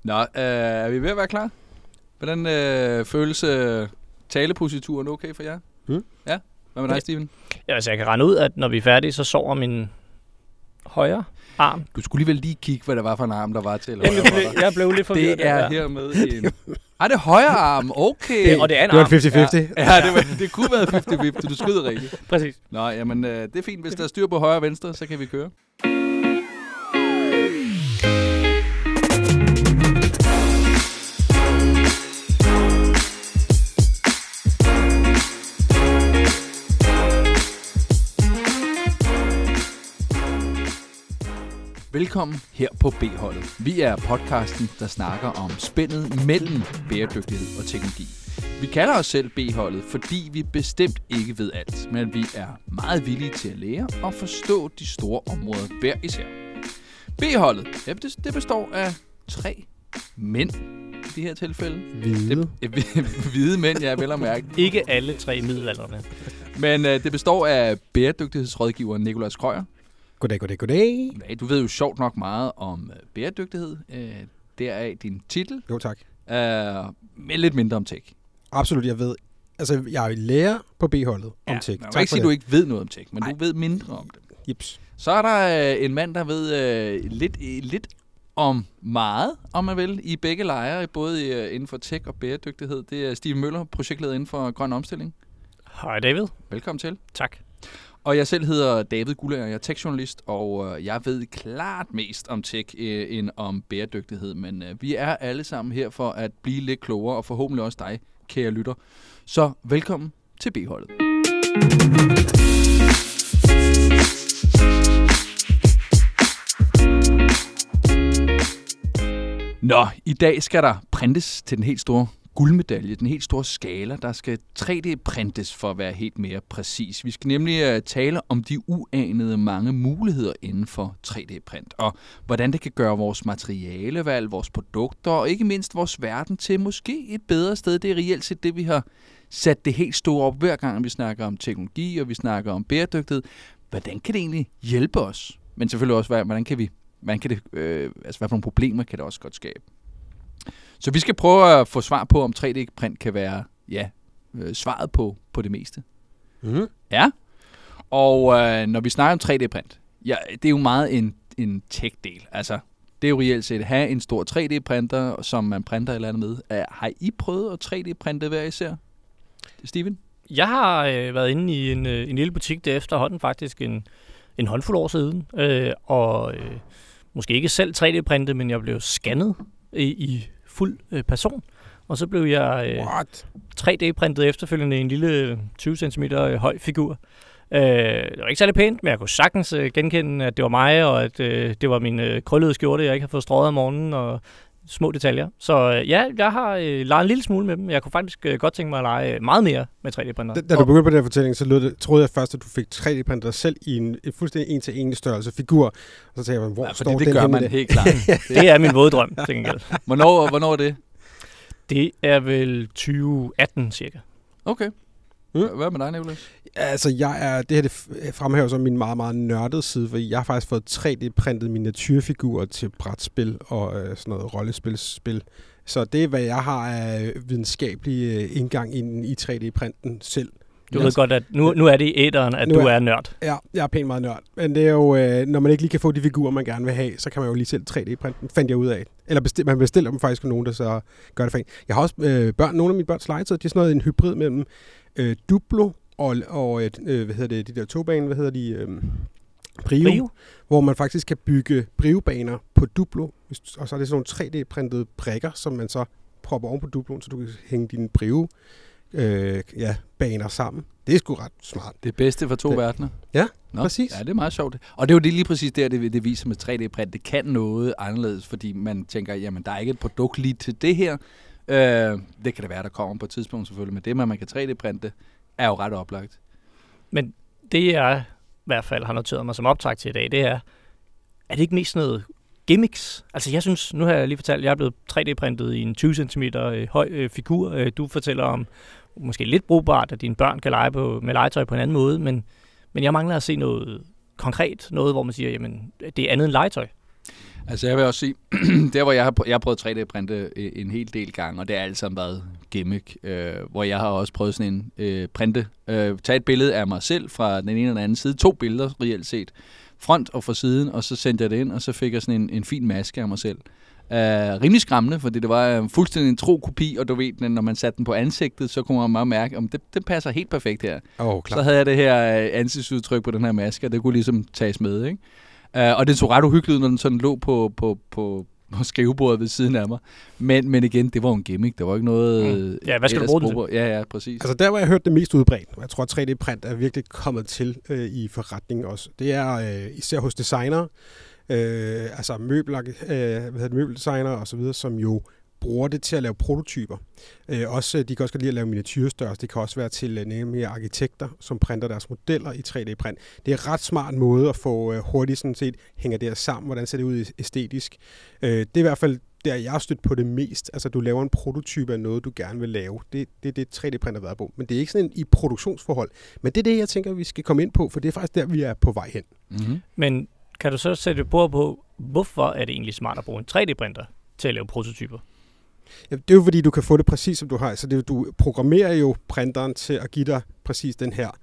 Nå, er vi ved at være klar? Hvordan føles taleposituren okay for jer? Ja? Hvad med dig, Steven? Ja, altså jeg kan regne ud, at når vi er færdige, så sover min højre arm. Du skulle alligevel lige kigge, hvad det var for en arm, der var til. Jeg blev lidt forvirret. Det er hermed en... det er højre arm, okay. Og det er en arm. Det var 50-50. Ja, det kunne være 50-50, du skød rigtigt. Præcis. Nå, jamen, det er fint. Hvis der er styr på højre og venstre, så kan vi køre. Velkommen her på B-holdet. Vi er podcasten, der snakker om spændet mellem bæredygtighed og teknologi. Vi kalder os selv B-holdet, fordi vi bestemt ikke ved alt, men vi er meget villige til at lære og forstå de store områder hver især. B-holdet, det består af 3 mænd i det her tilfælde. Hvide mænd, ja, vel at mærke. Ikke alle 3 middelaldrende. Men det består af bæredygtighedsrådgiver Nicolas Krøyer. Goddag. Du ved jo sjovt nok meget om bæredygtighed. Deraf din titel. Jo, tak. Men lidt mindre om tech. Absolut, jeg ved. Altså, jeg er lærer på B-holdet om tech. Jeg vil ikke sige, at du ikke ved noget om tech, men du ved mindre om det. Jips. Så er der en mand, der ved lidt om meget, om man vil, i begge lejre, både inden for tech og bæredygtighed. Det er Steve Møller, projektleder inden for grøn omstilling. Hej David. Velkommen til. Tak. Og jeg selv hedder David Gullager, jeg er tech-journalist, og jeg ved klart mest om tech end om bæredygtighed. Men vi er alle sammen her for at blive lidt klogere, og forhåbentlig også dig, kære lytter. Så velkommen til B-holdet. Nå, i dag skal der printes til den helt store guldmedalje, den helt store skala, der skal 3D-printes for at være helt mere præcis. Vi skal nemlig tale om de uanede mange muligheder inden for 3D-print, og hvordan det kan gøre vores materialevalg, vores produkter og ikke mindst vores verden til måske et bedre sted. Det er reelt set det, vi har sat det helt store op hver gang, vi snakker om teknologi og vi snakker om bæredygtighed. Hvordan kan det egentlig hjælpe os? Men selvfølgelig også, hvad for nogle problemer kan det også godt skabe? Så vi skal prøve at få svar på, om 3D-print kan være svaret på det meste. Mm-hmm. Ja, og når vi snakker om 3D-print, det er jo meget en tech-del. Altså, det er jo reelt set at have en stor 3D-printer, som man printer et eller andet med. Har I prøvet at 3D-printe hver især? Steven? Jeg har været inde i en lille butik, der efterhånden faktisk en håndfuld år siden, og måske ikke selv 3D-printet, men jeg blev scannet i fuld person, og så blev jeg 3D-printet efterfølgende i en lille 20 cm høj figur. Det var ikke særlig pænt, men jeg kunne sagtens genkende, at det var mig, og at det var min krøllede skjorte, jeg ikke havde fået strøget om morgenen, og små detaljer. Så ja, jeg har leget en lille smule med dem. Jeg kunne faktisk godt tænke mig at lege meget mere med 3D-printer. Da du begyndte på den her fortælling, så troede jeg først, at du fik 3D-printer dig selv i en fuldstændig en-til-en størrelse figur. Og så tænkte jeg, hvor står det den gør her man helt klart. Det er min våde drøm, til gengæld. Hvornår er det? Det er vel 2018 cirka. Okay. Hvad med dig, Nicolas? Altså, det fremhæver som min meget, meget nørdede side, fordi jeg har faktisk fået 3D-printet miniatyrfigurer til brætspil og sådan noget rollespil. Så det er, hvad jeg har af videnskabelig indgang i 3D-printen selv. Du ved godt, at nu er det i æteren, at du er nørd. Ja, jeg er pænt meget nørd. Men det er jo, når man ikke lige kan få de figurer, man gerne vil have, så kan man jo lige selv 3D-printe, fandt jeg ud af. Eller man bestiller dem faktisk af nogen, der så gør det for en. Jeg har også nogle af mine børns legetøj, det er sådan noget en hybrid mellem Duplo og de der togbaner, Brio, hvor man faktisk kan bygge Brio-baner på Duplo, og så er det sådan nogle 3D-printede brikker, som man så propper oven på Duploen, så du kan hænge dine Brio baner sammen. Det er sgu ret smart. Det bedste for 2 verdener. Ja, præcis. Ja, det er meget sjovt. Og det er jo lige præcis det viser med 3D-print. Det kan noget anderledes, fordi man tænker, jamen der er ikke et produkt lige til det her. Det kan det være, der kommer på et tidspunkt selvfølgelig, men det med, at man kan 3D-printe, er jo ret oplagt. Men det jeg i hvert fald har noteret mig som optag til i dag, det er det ikke mest noget gimmicks? Altså jeg synes, nu har jeg lige fortalt, at jeg er blevet 3D-printet i en 20 cm høj figur. Du fortæller om måske lidt brugbart, at dine børn kan lege med legetøj på en anden måde, men jeg mangler at se noget konkret, noget hvor man siger, jamen det er andet end legetøj. Altså jeg vil også sige, der hvor jeg har prøvet 3D-printe en hel del gange, og det har altid været gimmick, hvor jeg har også prøvet sådan en printe, tage et billede af mig selv fra den ene eller den anden side, 2 billeder reelt set, front og fra siden, og så sendte jeg det ind, og så fik jeg sådan en fin maske af mig selv. Rimelig skræmmende, fordi det var fuldstændig en tro kopi, og du ved, når man satte den på ansigtet, så kunne man bare mærke, om det passer helt perfekt her. Så havde jeg det her ansigtsudtryk på den her maske, og det kunne ligesom tages med, ikke? Og det så ret uhyggeligt, når den sådan lå på skrivebordet ved siden af mig. Men igen, det var jo en gimmick. Det var ikke noget... Ja, hvad skal du bruge det til? Ja, præcis. Altså der, hvor jeg hørte det mest udbredt, og jeg tror, at 3D-print er virkelig kommet til i forretningen også, det er især hos designere, altså møbeldesignere og så videre, som jo bruger det til at lave prototyper. De kan også lide at lave miniatyrstørrelse. Det kan også være til nemlig arkitekter, som printer deres modeller i 3D-print. Det er en ret smart måde at få hurtigt sådan set, hænger det her sammen, hvordan ser det ud æstetisk. Det er i hvert fald der, jeg har stødt på det mest. Altså, du laver en prototype af noget, du gerne vil lave. Det er det, 3D-print har været på. Men det er ikke sådan i produktionsforhold. Men det er det, jeg tænker, vi skal komme ind på, for det er faktisk der, vi er på vej hen. Mm-hmm. Men kan du så sætte på, hvorfor er det egentlig smart at bruge en 3D-printer til at lave prototyper? Ja, det er jo fordi, du kan få det præcis, som du har. Så du programmerer jo printeren til at give dig præcis den her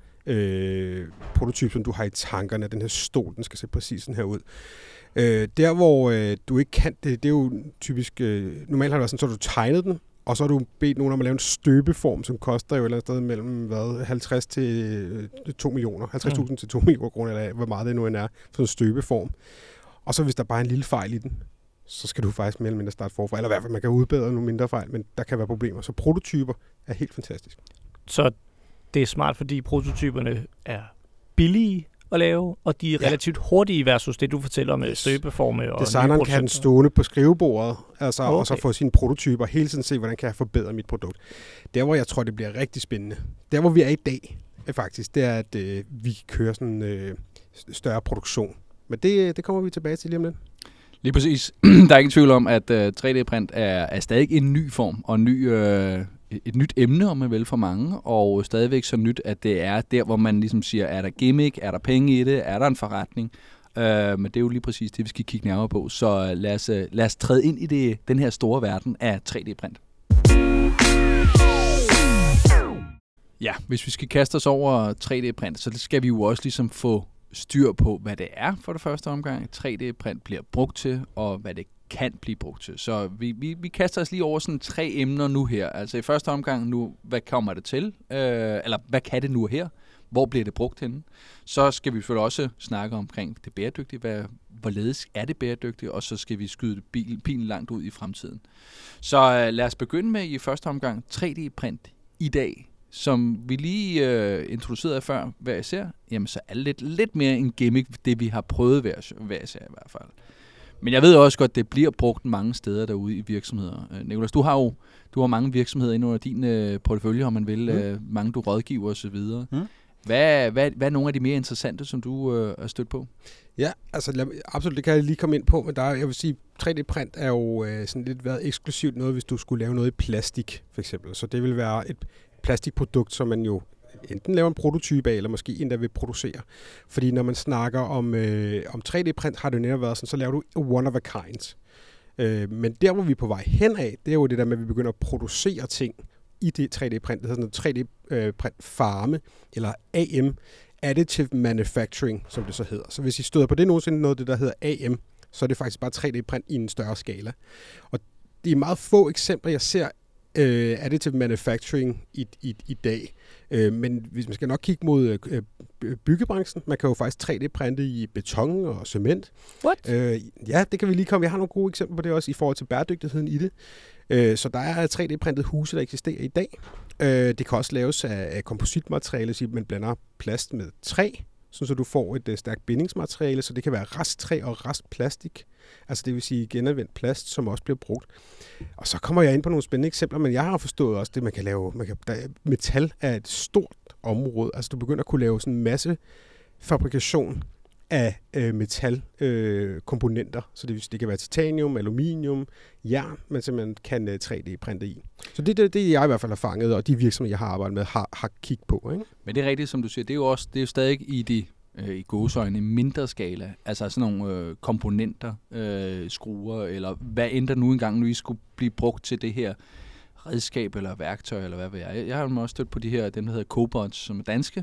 prototype, som du har i tankerne. Den her stol, den skal se præcis sådan her ud. Der, hvor du ikke kan det, det er jo typisk... normalt har det været sådan, så har du tegnet den, og så har du bedt nogen om at lave en støbeform, som koster jo et eller andet sted mellem 50 til 2 millioner. 50.000 til 2 millioner kroner, eller hvor meget det nu end er, for en støbeform. Og så hvis der bare er en lille fejl i den, så skal du faktisk mere eller mindre starte forfra. Eller i hvert fald, man kan udbedre nogle mindre fejl, men der kan være problemer. Så prototyper er helt fantastisk. Så det er smart, fordi prototyperne er billige at lave, og de er relativt hurtige versus det, du fortæller med støbeforme. Og designeren kan have den stående på skrivebordet, altså, og så få sine prototyper, hele tiden se, hvordan kan jeg forbedre mit produkt. Der, hvor jeg tror, det bliver rigtig spændende, der, hvor vi er i dag, faktisk, det er, at vi kører sådan en større produktion. Men det kommer vi tilbage til lige om lidt. Lige præcis. Der er ingen tvivl om, at 3D-print er stadig en ny form, og et nyt emne, om man vil, for mange, og stadigvæk så nyt, at det er der, hvor man ligesom siger, er der gimmick, er der penge i det, er der en forretning? Men det er jo lige præcis det, vi skal kigge nærmere på. Så lad os træde ind i den her store verden af 3D-print. Ja, hvis vi skal kaste os over 3D-print, så skal vi jo også ligesom få styr på, hvad det er for det første omgang, 3D-print bliver brugt til, og hvad det kan blive brugt til. Så vi kaster os lige over sådan 3 emner nu her. Altså i første omgang nu, hvad kommer det til? Eller hvad kan det nu her? Hvor bliver det brugt henne? Så skal vi selvfølgelig også snakke omkring det bæredygtige. Hvorledes er det bæredygtigt? Og så skal vi skyde pilen langt ud i fremtiden. Så lad os begynde med i første omgang 3D-print i dag. Som vi lige introducerede før, hvad jeg ser, jamen så er det lidt mere en gimmick, det vi har prøvet hvad jeg ser i hvert fald. Men jeg ved også godt, at det bliver brugt mange steder derude i virksomheder. Nicolas, du har mange virksomheder inde under din portefølje, om man vil, mange du rådgiver osv. Hvad er nogle af de mere interessante, som du er stødt på? Ja, altså absolut, det kan jeg lige komme ind på, men jeg vil sige, 3D-print er jo sådan lidt været eksklusivt noget, hvis du skulle lave noget i plastik, for eksempel. Så det vil være et plastikprodukt, som man jo enten laver en prototype af, eller måske endda vil producere. Fordi når man snakker om 3D-print, har det jo netop været sådan, så laver du one of a kind. Men der, hvor vi er på vej hen af, det er jo det der med, at vi begynder at producere ting i det 3D-print. Det hedder sådan noget 3D-print-farme, eller AM, Additive Manufacturing, som det så hedder. Så hvis I støder på det nogensinde noget, det der hedder AM, så er det faktisk bare 3D-print i en større skala. Og det er meget få eksempler, jeg ser additive manufacturing i dag. Men hvis man skal nok kigge mod byggebranchen, man kan jo faktisk 3D-printe i beton og cement. What? Ja, det kan vi lige komme. Jeg har nogle gode eksempler på det også i forhold til bæredygtigheden i det. Så der er 3D-printet huse, der eksisterer i dag. Det kan også laves af kompositmateriale, så man blander plast med træ, så du får et stærkt bindingsmateriale, så det kan være resttræ og restplastik. Altså det vil sige genanvendt plast, som også bliver brugt. Og så kommer jeg ind på nogle spændende eksempler, men jeg har forstået også det, man kan lave. Metal er et stort område. Altså du begynder at kunne lave sådan en masse fabrikation af metalkomponenter. Så det kan være titanium, aluminium, jern, man simpelthen kan 3D-printe i. Så det jeg i hvert fald har fanget, og de virksomheder, jeg har arbejdet med, har kigget på. Ikke? Men det er rigtigt, som du siger, det er jo stadig i de i gåseøjne mindre skala, altså sådan nogle komponenter, skruer, eller hvad end der nu engang I skulle blive brugt til det her redskab eller værktøj, eller hvad ved jeg. Jeg har jo også stødt på de her, dem der hedder Cobots, som er danske,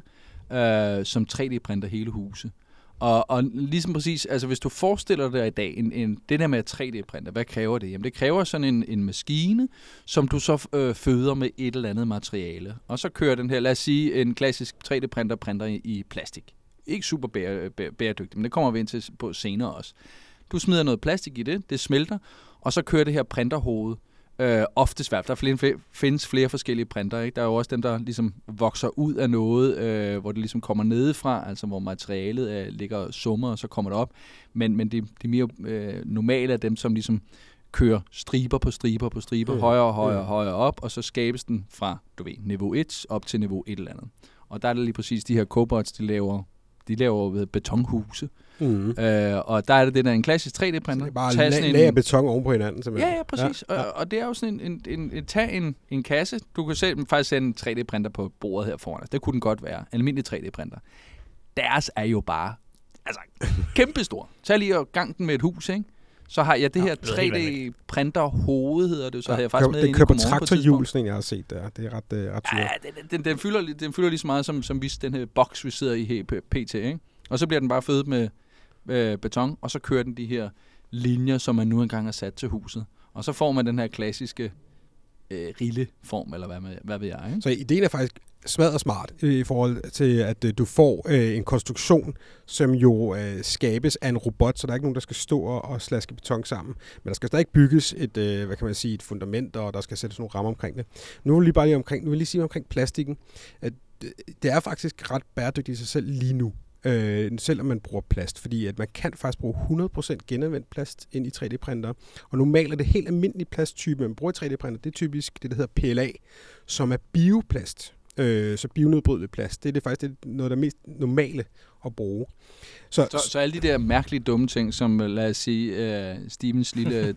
som 3D-printer hele huse. Og ligesom præcis, altså hvis du forestiller dig i dag, det der med at 3D-printer, hvad kræver det? Jamen det kræver sådan en maskine, som du så føder med et eller andet materiale. Og så kører den her, lad os sige, en klassisk 3D-printer printer i plastik. Ikke super bæredygtigt, men det kommer vi ind til på senere også. Du smider noget plastik i det smelter, og så kører det her printerhoved. Ofte svært. Der findes flere forskellige printer. Ikke? Der er jo også dem, der ligesom vokser ud af noget, hvor det ligesom kommer nedefra, altså hvor materialet ligger summer, og så kommer det op. Men de mere normale er dem, som ligesom kører striber på striber på striber, højere op, og så skabes den fra, niveau 1 op til niveau 1 eller andet. Og der er det lige præcis de her cobots, de laver betonhuse. Og der er det der en klassisk 3D-printer. Det er bare lag af beton oven på hinanden. Simpelthen. Ja, præcis. Ja. Og det er jo sådan tag en kasse. Du kan selv faktisk sætte en 3D-printer på bordet her foran os. Det kunne den godt være. En almindelig 3D-printer. Deres er jo bare kæmpestor. Tag lige og gang den med et hus, ikke? Så har jeg det her 3D-printer-hoved, hedder det. Så har jeg faktisk med det kører på traktorhjul, sådan jeg har set der. Det er ret tydeligt. Ja, den fylder lige så meget, som den her boks, vi sidder i PT, ikke? Og så bliver den bare født med beton, og så kører den de her linjer, som man nu engang har sat til huset. Og så får man den her klassiske rilleform, eller hvad ved jeg. Ikke? Så ideen er faktisk smadret smart i forhold til, at du får en konstruktion, som jo skabes af en robot, så der er ikke nogen, der skal stå og slaske beton sammen. Men der skal stadig bygges et fundament, og der skal sættes nogle rammer omkring det. Nu vil jeg lige sige omkring plastikken, at det er faktisk ret bæredygtigt i sig selv lige nu. Selvom man bruger plast, fordi at man kan faktisk bruge 100% genanvendt plast ind i 3D-printer. Og normalt er det helt almindelig plasttype, man bruger i 3D-printer. Det er typisk det, der hedder PLA, som er bioplast. Så bionedbrydeligt plast. Det er faktisk noget af det mest normale at bruge. Så alle de der mærkelige dumme ting, som lad os sige Stevens lille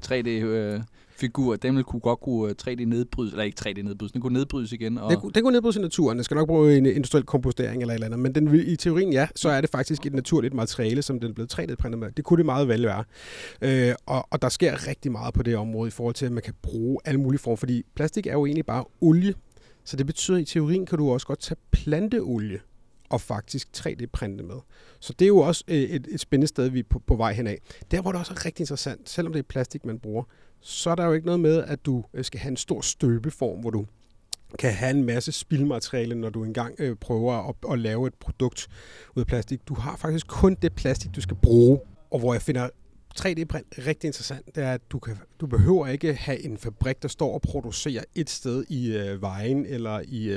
3D-figur, den kunne godt kunne 3D-nedbrydes, eller ikke 3D-nedbrydes, den kunne nedbrydes igen. Og det kunne nedbrydes i naturen. Den skal nok bruge en industriel kompostering eller et eller andet, men i teorien så er det faktisk et naturligt materiale, som den er blevet 3D-printet med. Det kunne det meget vel være. Og der sker rigtig meget på det område i forhold til, at man kan bruge alle mulige former, fordi plastik er jo egentlig bare olie. Så det betyder, at i teorien kan du også godt tage planteolie og faktisk 3D-printe med. Så det er jo også et spændende sted, vi er på vej henad. Der, hvor det også er rigtig interessant, selvom det er plastik, man bruger, så er der jo ikke noget med, at du skal have en stor støbeform, hvor du kan have en masse spildmateriale, når du engang prøver at lave et produkt ud af plastik. Du har faktisk kun det plastik, du skal bruge, og hvor jeg finder 3D-print rigtig interessant, det er, at du behøver ikke have en fabrik, der står og producerer et sted i Vejen eller i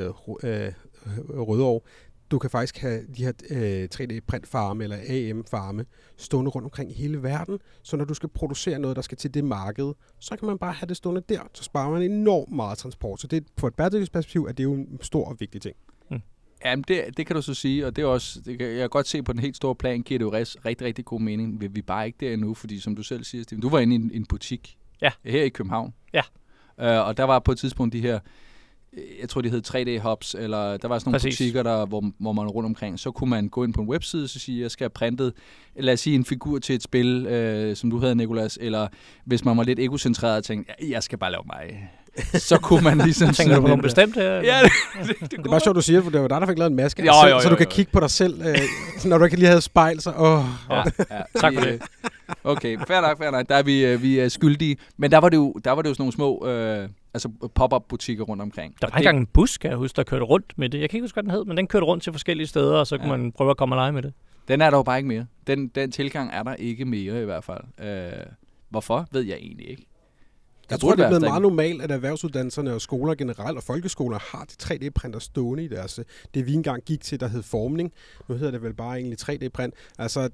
Rødovre. Du kan faktisk have de her 3D-printfarme eller AM-farme stående rundt omkring i hele verden, så når du skal producere noget, der skal til det marked, så kan man bare have det stående der, så sparer man enormt meget transport. Så det, på et bæredygtighedsperspektiv er det jo en stor og vigtig ting. Jamen, det kan du så sige, og det er også, jeg kan godt se på den helt store plan, giver det jo rigtig, rigtig god mening. Vi er bare ikke der endnu, fordi som du selv siger, Steven, du var inde i en butik her i København. Ja. Og der var på et tidspunkt de her, jeg tror de hed 3D-hubs, eller der var sådan nogle butikker, der, hvor man rundt omkring, så kunne man gå ind på en webside og sige, jeg skal have printet, lad os sige en figur til et spil, som du hedder, Nicolas, eller hvis man var lidt egocentreret og tænkte, jeg skal bare lave mig. Så kunne man ligesom... Tænker du på nogle bestemte her? Ja, det er bare sjovt, du siger, for det var dig, der fik lavet en maske, så du kan kigge på dig selv, når du ikke lige havde spejl, så... Ja, tak for det. Okay, fair nok. Der er vi er skyldige. Men der var det jo sådan nogle små pop-up butikker rundt omkring. Der var engang en bus, kan jeg huske, der kørte rundt med det. Jeg kan ikke huske, hvad den hed, men den kørte rundt til forskellige steder, og så kunne man prøve at komme og lege med det. Den er der jo bare ikke mere. Den tilgang er der ikke mere i hvert fald. Hvorfor, ved jeg egentlig ikke. Jeg tror, det er blevet meget normalt, at erhvervsuddannelserne og skoler generelt og folkeskoler har de 3D-printer stående i deres... Det vi engang gik til, der hed formning. Nu hedder det vel bare egentlig 3D-print. Altså,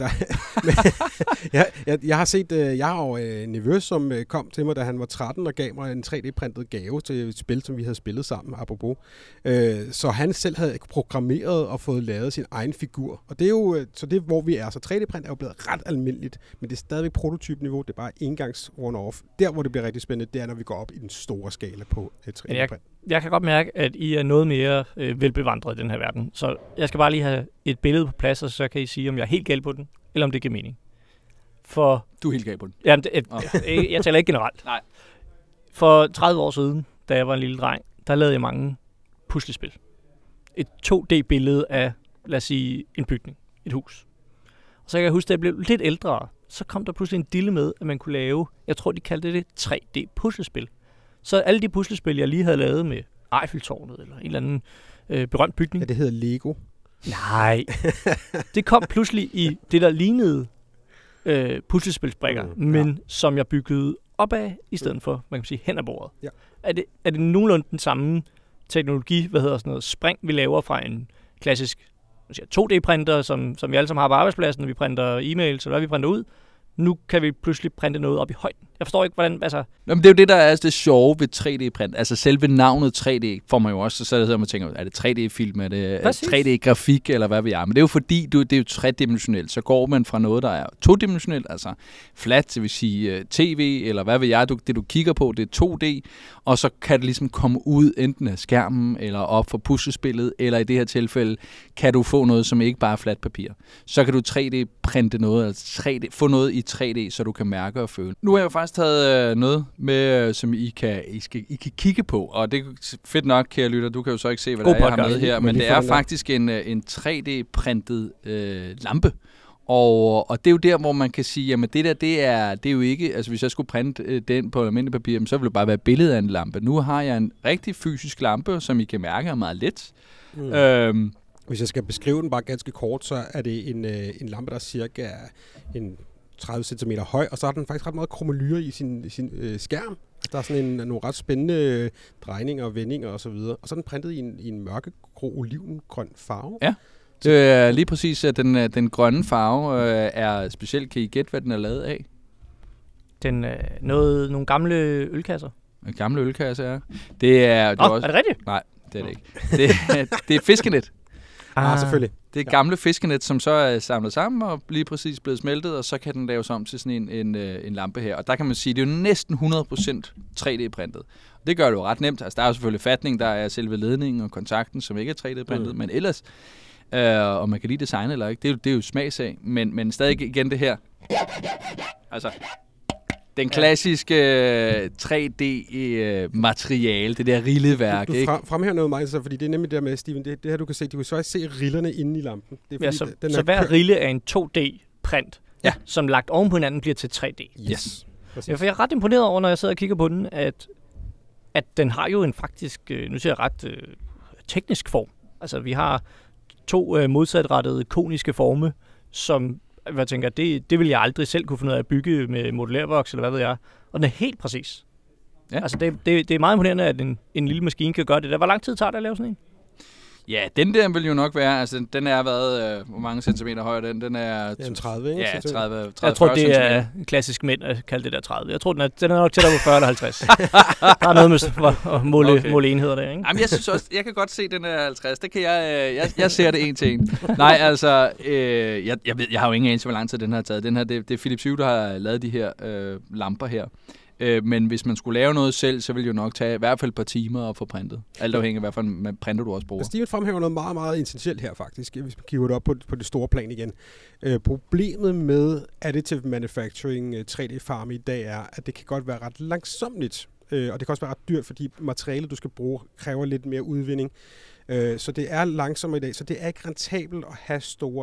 jeg har set... Jeg har jo en nevø, som kom til mig, da han var 13 og gav mig en 3D-printet gave til et spil, som vi havde spillet sammen, apropos. Så han selv havde programmeret og fået lavet sin egen figur. Og det er jo... Så det er, hvor vi er. Så 3D-print er jo blevet ret almindeligt, men det er stadigvæk prototypniveau. Det er bare engangs one-off. Der, hvor det bliver rigtig spændende, nogensinde, det er, når vi går op i den store skala på 3D-print. Jeg kan godt mærke, at I er noget mere velbevandret i den her verden. Så jeg skal bare lige have et billede på plads, og så kan I sige, om jeg er helt galt på den, eller om det giver mening. For Du er helt galt på den. Jamen, jeg taler ikke generelt. Nej. For 30 år siden, da jeg var en lille dreng, der lavede jeg mange puslespil. Et 2D-billede af, lad os sige, en bygning, et hus. Og så kan jeg huske, at jeg blev lidt ældre, så kom der pludselig en dille med, at man kunne lave, jeg tror, de kaldte det 3D-puslespil. Så alle de puslespil, jeg lige havde lavet med Eiffeltårnet, eller en eller anden berømt bygning. Ja, det hedder Lego. Nej. Det kom pludselig i det, der lignede puslespilsbrikker, men som jeg byggede op af, i stedet for, man kan sige, hen ad bordet. Ja. Er det nogenlunde den samme teknologi, spring, vi laver fra en klassisk 2D-printer, som vi alle sammen har på arbejdspladsen, når vi printer e-mails, eller hvad vi printer ud. Nu kan vi pludselig printe noget op i højden. Jeg forstår ikke, hvordan... Altså... Jamen, det er jo det, der er det sjove ved 3D-print. Altså selve navnet 3D får man jo også, så er det, man tænker, er det 3D-film, er det 3D-grafik, eller hvad vi er. Men det er jo fordi, det er jo tredimensionelt. Så går man fra noget, der er todimensionelt, altså flat, det vil sige tv, eller hvad ved jeg, det du kigger på, det er 2D, og så kan det ligesom komme ud enten af skærmen, eller op for puslespillet, eller i det her tilfælde, kan du få noget, som ikke bare er fladt papir. Så kan du 3D-printe noget, altså få noget i 3D, så du kan mærke og føle. Nu har jeg jo faktisk taget noget med, som I kan kigge på, og det er fedt nok, kære lytter, du kan jo så ikke se, hvad jeg har med her, men det er faktisk en 3D-printet lampe. Og det er jo der, hvor man kan sige, jamen det er jo ikke, altså hvis jeg skulle printe den på almindelig papir, så ville det bare være et billede af en lampe. Nu har jeg en rigtig fysisk lampe, som I kan mærke er meget let. Hvis jeg skal beskrive den bare ganske kort, så er det en lampe, der er cirka en 30 cm høj, og så har den faktisk ret meget krumelyre i sin skærm. Der er sådan nogle ret spændende drejninger og vendinger og så videre. Og så er den printet i en mørkegrå olivengrøn farve. Ja, det er lige præcis, at den grønne farve er specielt. Kan I gætte, hvad den er lavet af? Nogle gamle ølkasser. Gamle ølkasser, ja. Det er også... Er det rigtigt? Nej, det er det ikke. Det er fiskenet. Selvfølgelig. Det er gamle fiskenet, som så er samlet sammen og lige præcis blevet smeltet, og så kan den laves om til sådan en lampe her. Og der kan man sige, at det er jo næsten 100% 3D-printet. Det gør det jo ret nemt. Altså, der er jo selvfølgelig fatning, der er selve ledningen og kontakten, som ikke er 3D-printet, men ellers, og man kan lide design eller ikke, det er jo smagsag, men stadig igen det her. Altså... Den klassiske 3D-materiale, det der rilleværk. Du fremhæver noget meget, fordi det er nemlig det med, Steven, det her du kan se, du kan faktisk se rillerne inde i lampen. Det er, fordi, så hver rille er en 2D-print, som lagt oven på hinanden bliver til 3D. Yes. Ja, for jeg er ret imponeret over, når jeg sidder og kigger på den, at den har jo en faktisk, nu siger jeg ret teknisk form. Altså vi har 2 modsatrettede koniske forme, som... Jeg tænker, det vil jeg aldrig selv kunne finde ud af at bygge med modulærvoks, eller hvad ved jeg. Og den er helt præcis. Ja. Altså, det er meget imponerende, at en lille maskine kan gøre det. Hvor lang tid tager det at lave sådan en? Ja, den der vil jo nok være, altså den er været, hvor mange centimeter høj er den? Den er 30, ikke? Ja, 30 jeg tror, det er klassisk mænd at kalde det der 30. Jeg tror, den er nok tættere på 40 eller 50. Der er noget med at måle enheder der, ikke? Jamen, jeg synes også, jeg kan godt se den er 50. Det kan jeg ser det en til en. Nej, altså, jeg har jo ingen anelse, hvor lang tid den har taget. Den her, det er Philips Hue, der har lavet de her lamper her. Men hvis man skulle lave noget selv, så ville det jo nok tage i hvert fald et par timer at få printet. Alt afhængig af, hvad for en printer du også bruger. Steven fremhæver noget meget, meget essentielt her faktisk, hvis man kigger det op på det store plan igen. Problemet med additive manufacturing 3D-farme i dag er, at det kan godt være ret langsomligt. Og det kan også være ret dyrt, fordi materialet, du skal bruge, kræver lidt mere udvinding. Så det er langsommere i dag, så det er ikke rentabelt at have store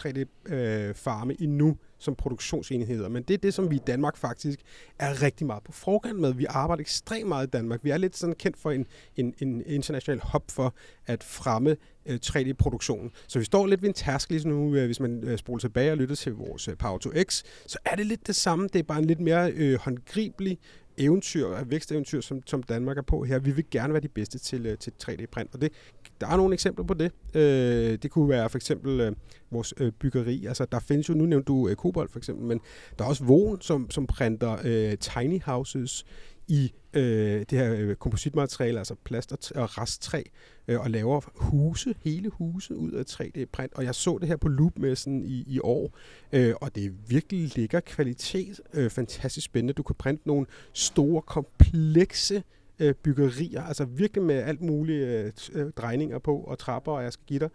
3D-farme endnu som produktionsenheder. Men det er det, som vi i Danmark faktisk er rigtig meget på forkant med. Vi arbejder ekstremt meget i Danmark. Vi er lidt sådan kendt for en international hub for at fremme 3D-produktionen. Så vi står lidt ved en tærskel lige nu, hvis man spoler tilbage og lytter til vores Power to X, så er det lidt det samme. Det er bare en lidt mere håndgribelig væksteventyr, som Danmark er på her. Vi vil gerne være de bedste til 3D-print, og der er nogle eksempler på det. Det kunne være for eksempel vores byggeri. Altså, der findes jo, nu nævnte du Kobolt for eksempel, men der er også Voen, som printer tiny houses i det her kompositmateriale, altså plast og resttræ, og laver hele huse ud af 3D-print. Og jeg så det her på Loop-messen i år, og det er virkelig lækker kvalitet, fantastisk spændende. Du kan printe nogle store, komplekse byggerier, altså virkelig med alt mulige drejninger på, og trapper, og jeg skal give dig,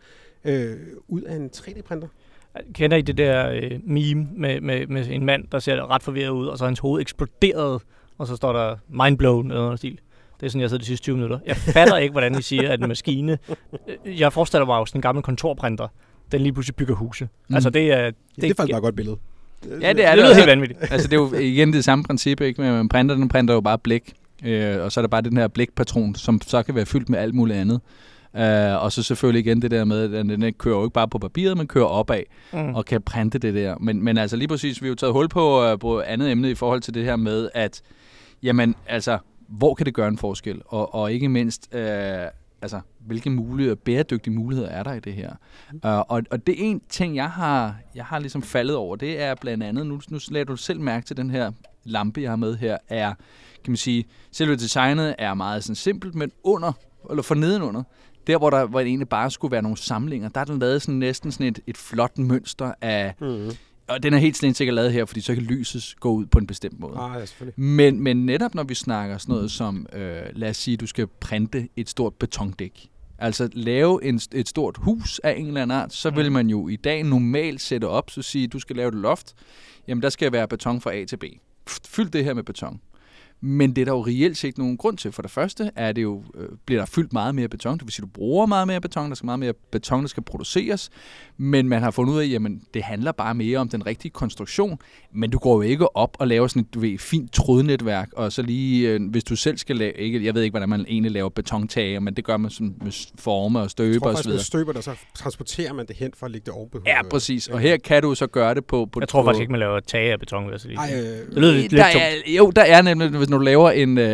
ud af en 3D-printer. Kender I det der meme med en mand, der ser ret forvirret ud, og så hans hoved eksploderet, og så står der mindblown eller noget stil? Det er sådan, jeg sidder de sidste 20 minutter. Jeg fatter ikke, hvordan I siger, at en maskine... Jeg forestiller mig jo sådan en gammel kontorprinter, den lige pludselig bygger huse. Altså det er... Det er faktisk et godt billede. Ja, det er det. Det lyder helt vanvittigt. Altså det er jo igen det samme princip, ikke? Men den printer jo bare blæk, og så er der bare den her blækpatron, som så kan være fyldt med alt muligt andet. Og så selvfølgelig igen det der med, at den kører jo ikke bare på papiret, men kører opad og kan printe det der. Men altså lige præcis, vi har jo taget hul på andet emne i forhold til det her med, at jamen altså, hvor kan det gøre en forskel? Og ikke mindst, altså, hvilke bæredygtige muligheder er der i det her? Og det er en ting, jeg har ligesom faldet over, det er blandt andet, nu lader du selv mærke til den her lampe, jeg har med her, er, kan man sige, selve designet er meget sådan simpelt, men for nedenunder, der hvor der egentlig bare skulle være nogle samlinger, der er den lavet sådan næsten sådan et flot mønster af... Og den er helt sikkert lavet her, fordi så kan lyset gå ud på en bestemt måde. Ja, selvfølgelig. Men netop når vi snakker sådan noget som, lad os sige, du skal printe et stort betondæk. Altså lave et stort hus af en eller anden art, så vil man jo i dag normalt sætte op, så sige, du skal lave et loft. Jamen der skal være beton fra A til B. Fyld det her med beton. Men det er der jo reelt set nogen grund til. For det første er det jo, bliver der fyldt meget mere beton. Det vil sige, du bruger meget mere beton. Der skal meget mere beton, der skal produceres. Men man har fundet ud af, jamen det handler bare mere om den rigtige konstruktion. Men du går jo ikke op og laver sådan et fint trådnetværk. Og så lige, hvis du selv skal lave, jeg ved ikke, hvordan man egentlig laver betontager, men det gør man sådan med forme og støber og så videre. Jeg tror faktisk, med støber, der så transporterer man det hen for at lægge det ovenpå. Ja, præcis. Og her kan du så gøre det på... Jeg tror faktisk ikke, man laver tage af beton. Altså lige. Det lyder lidt tungt. Jo, der er nemlig, når du laver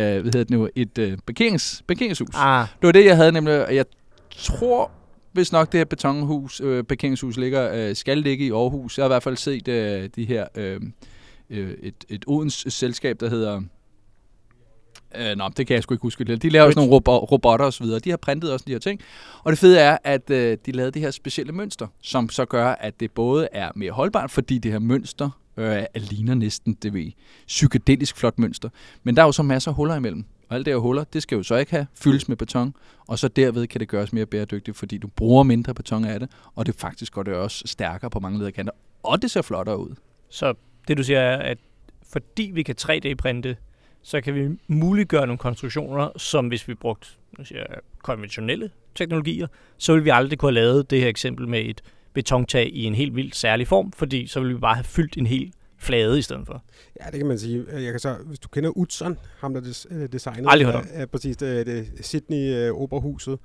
et parkeringshus. Det var det, jeg havde nemlig. Jeg tror, hvis nok det her parkeringshus skal ligge i Aarhus. Jeg har i hvert fald set de her et Odens selskab, der hedder... det kan jeg sgu ikke huske. De laver sådan nogle robotter og så videre. De har printet også de her ting. Og det fede er, at de lavede det her specielle mønster, som så gør, at det både er mere holdbart, fordi det her mønster ligner næsten det psykedelisk flot mønster. Men der er jo så masser af huller imellem. Og alt det her huller, det skal jo så ikke have fyldes med beton. Og så derved kan det gøres mere bæredygtigt, fordi du bruger mindre beton af det. Og det faktisk går det også stærkere på mange lederkanter. Og det ser flottere ud. Så det du siger er, at fordi vi kan 3D-printe, så kan vi muliggøre nogle konstruktioner, som hvis vi brugte konventionelle teknologier, så ville vi aldrig kunne have lavet det her eksempel med et betontag i en helt vildt særlig form, fordi så ville vi bare have fyldt en hel flade i stedet for. Ja, det kan man sige. Jeg kan så, hvis du kender Utzon, ham der designede præcis det Sydney Operahuset,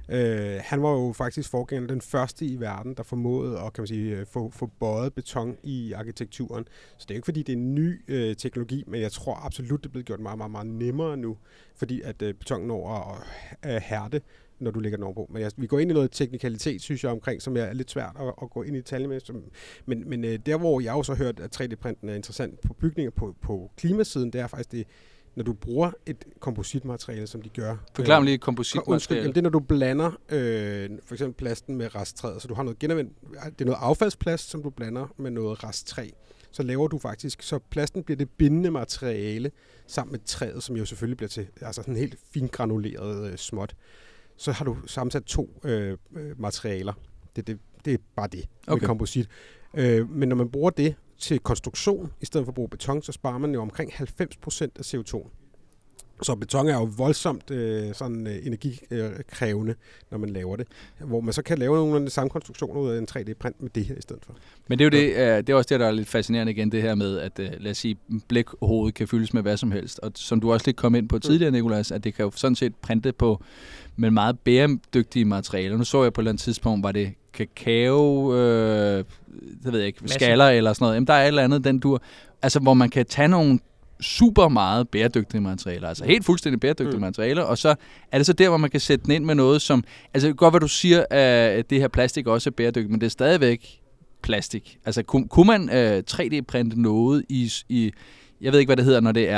han var jo faktisk forgængeren den første i verden, der formåede at, kan man sige, få bøjet beton i arkitekturen. Så det er jo ikke fordi, det er en ny teknologi, men jeg tror absolut, det er blevet gjort meget, meget, meget nemmere nu, fordi at betonen når at hærde, når du lægger den ovenpå. Men vi går ind i noget teknikalitet, synes jeg, omkring, som er lidt svært at gå ind i detaljer med. Men der, hvor jeg også har hørt, at 3D-printen er interessant på bygninger på klimasiden, det er faktisk det, når du bruger et kompositmateriale, som de gør. Forklar mig lige kompositmateriale. Det er, når du blander for eksempel plasten med resttræet. Så du har noget genanvendt, det er noget affaldsplast, som du blander med noget resttræ. Så laver du faktisk, så plasten bliver det bindende materiale sammen med træet, som jo selvfølgelig bliver til altså sådan helt fingranuleret småt. Så har du sammensat to materialer. Det er bare det med komposit. Men når man bruger det til konstruktion, i stedet for at bruge beton, så sparer man jo omkring 90% af CO2. Så beton er jo voldsomt sådan energikrævende, når man laver det. Hvor man så kan lave nogle af de samme konstruktioner ud af en 3D-print med det her i stedet for. Men det er jo det er også det, der er lidt fascinerende igen, det her med, at lad os sige, blækhovedet kan fyldes med hvad som helst. Og som du også lidt kom ind på tidligere, Nicolas, at det kan jo sådan set printe på med meget bæredygtige materialer. Nu så jeg på et eller andet tidspunkt, var det kakao, det ved jeg ikke, skaller eller sådan noget. Jamen, der er et eller andet, den dur. Altså, hvor man kan tage nogle super meget bæredygtige materialer, altså helt fuldstændig bæredygtige materialer, og så er det så der, hvor man kan sætte den ind med noget, som, altså godt hvad du siger, at det her plastik også er bæredygtigt, men det er stadigvæk plastik. Altså kunne man 3D-printe noget i, jeg ved ikke, hvad det hedder, når det er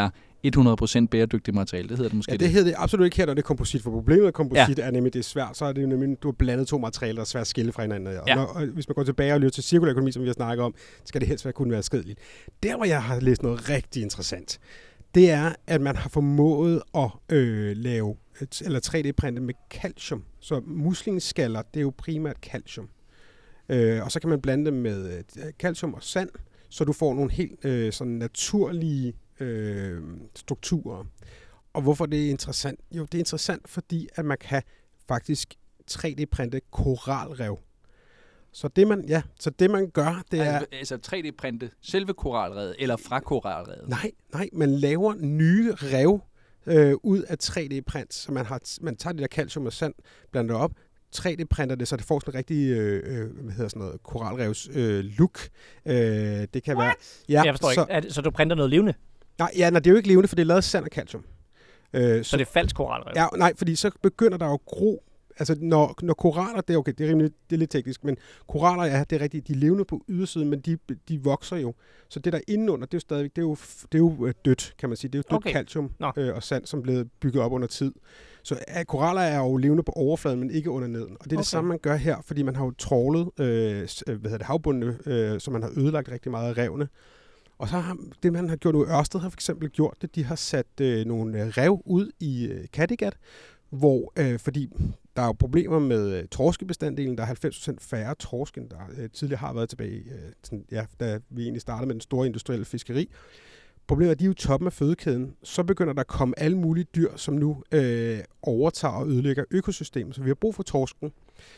100% bæredygtigt materiale. Det hedder det måske. Ja, det hedder det absolut ikke her, når det er komposit. For problemet med komposit er nemlig, det er svært. Så er det jo nemlig, du har blandet to materialer, der er svært at skille fra hinanden. Og hvis man går tilbage og lytter til cirkulær økonomi, som vi har snakket om, skal det helst kunne være skadeligt. Der, hvor jeg har læst noget rigtig interessant, det er, at man har formået at lave eller 3D-printe med calcium. Så muslingeskaller, det er jo primært calcium. Og så kan man blande dem med calcium og sand, så du får nogle helt sådan naturlige strukturer. Og hvorfor det er interessant? Jo, det er interessant, fordi at man kan faktisk 3D-printe koralrev. Så det man gør, det er... Altså 3D-printe selve koralrevet, eller fra koralrevet? Nej, man laver nye rev ud af 3D-print, så man tager det der calcium og sand, blander det op, 3D-printer det, så det får sådan en rigtig, koralrevs look. Det kan være... Ja, jeg forstår ikke. Så du printer noget levende? Nej, det er jo ikke levende, for det er lavet af sand og calcium. Så det er falsk koralrev? Ja, nej, fordi så begynder der jo at gro. Altså, når koraler, det er okay, det er lidt teknisk, men koraler, det er rigtigt, de er levende på ydersiden, men de vokser jo. Så det der indenunder, det er jo stadigvæk, det er jo dødt, kan man sige. Det er jo dødt calcium og sand, som er blevet bygget op under tid. Så koraler er jo levende på overfladen, men ikke under neden. Og det er det samme, man gør her, fordi man har jo trawlet havbundene, så man har ødelagt rigtig meget af revene. Og så har det, man har gjort nu, Ørsted har for eksempel gjort det, de har sat nogle rev ud i Kattegat, hvor, fordi der er jo problemer med torskebestandelen. Der er 90% færre torsk, end der tidligere har været tilbage, da vi egentlig startede med den store industrielle fiskeri. Problemet er, at de er jo toppen af fødekæden. Så begynder der at komme alle mulige dyr, som nu overtager og ødelægger økosystemet. Så vi har brug for torsken.